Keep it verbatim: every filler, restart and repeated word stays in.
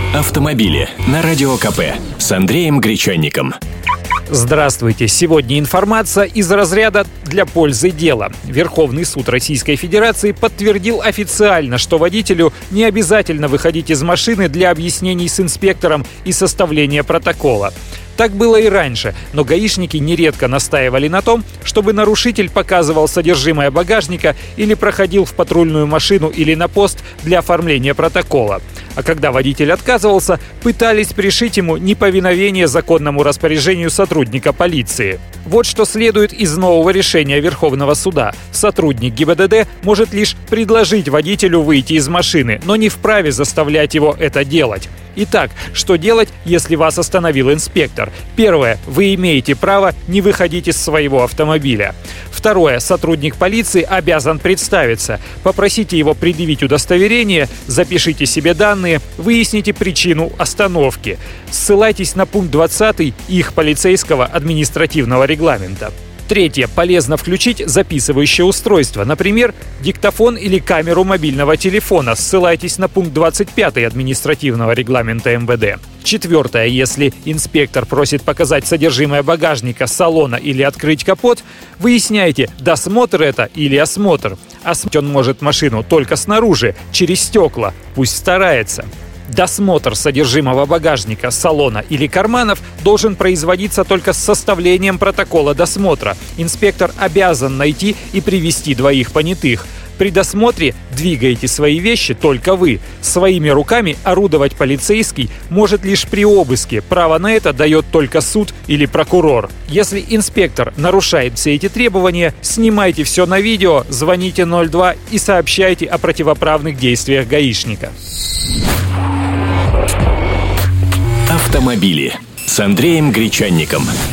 Автомобили на Радио КП с Андреем Гречанником. Здравствуйте! Сегодня информация из разряда «для пользы дела». Верховный суд Российской Федерации подтвердил официально, что водителю не обязательно выходить из машины для объяснений с инспектором и составления протокола. Так было и раньше, но гаишники нередко настаивали на том, чтобы нарушитель показывал содержимое багажника или проходил в патрульную машину или на пост для оформления протокола. А когда водитель отказывался, пытались пришить ему неповиновение законному распоряжению сотрудника полиции. Вот что следует из нового решения Верховного суда. Сотрудник ГИБДД может лишь предложить водителю выйти из машины, но не вправе заставлять его это делать. Итак, что делать, если вас остановил инспектор? Первое. Вы имеете право не выходить из своего автомобиля. Второе. Сотрудник полиции обязан представиться. Попросите его предъявить удостоверение, запишите себе данные, выясните причину остановки. Ссылайтесь на пункт двадцатый их полицейского административного регламента. Третье. Полезно включить записывающее устройство, например, диктофон или камеру мобильного телефона. Ссылайтесь на пункт двадцать пятый административного регламента эм вэ дэ. Четвертое. Если инспектор просит показать содержимое багажника, салона или открыть капот, выясняйте, досмотр это или осмотр. Осмотреть он может машину только снаружи, через стекла. Пусть старается. Досмотр содержимого багажника, салона или карманов должен производиться только с составлением протокола досмотра. Инспектор обязан найти и привести двоих понятых. При досмотре двигайте свои вещи только вы. Своими руками орудовать полицейский может лишь при обыске. Право на это дает только суд или прокурор. Если инспектор нарушает все эти требования, снимайте все на видео, звоните ноль два и сообщайте о противоправных действиях гаишника. Автомобили с Андреем Гречанником.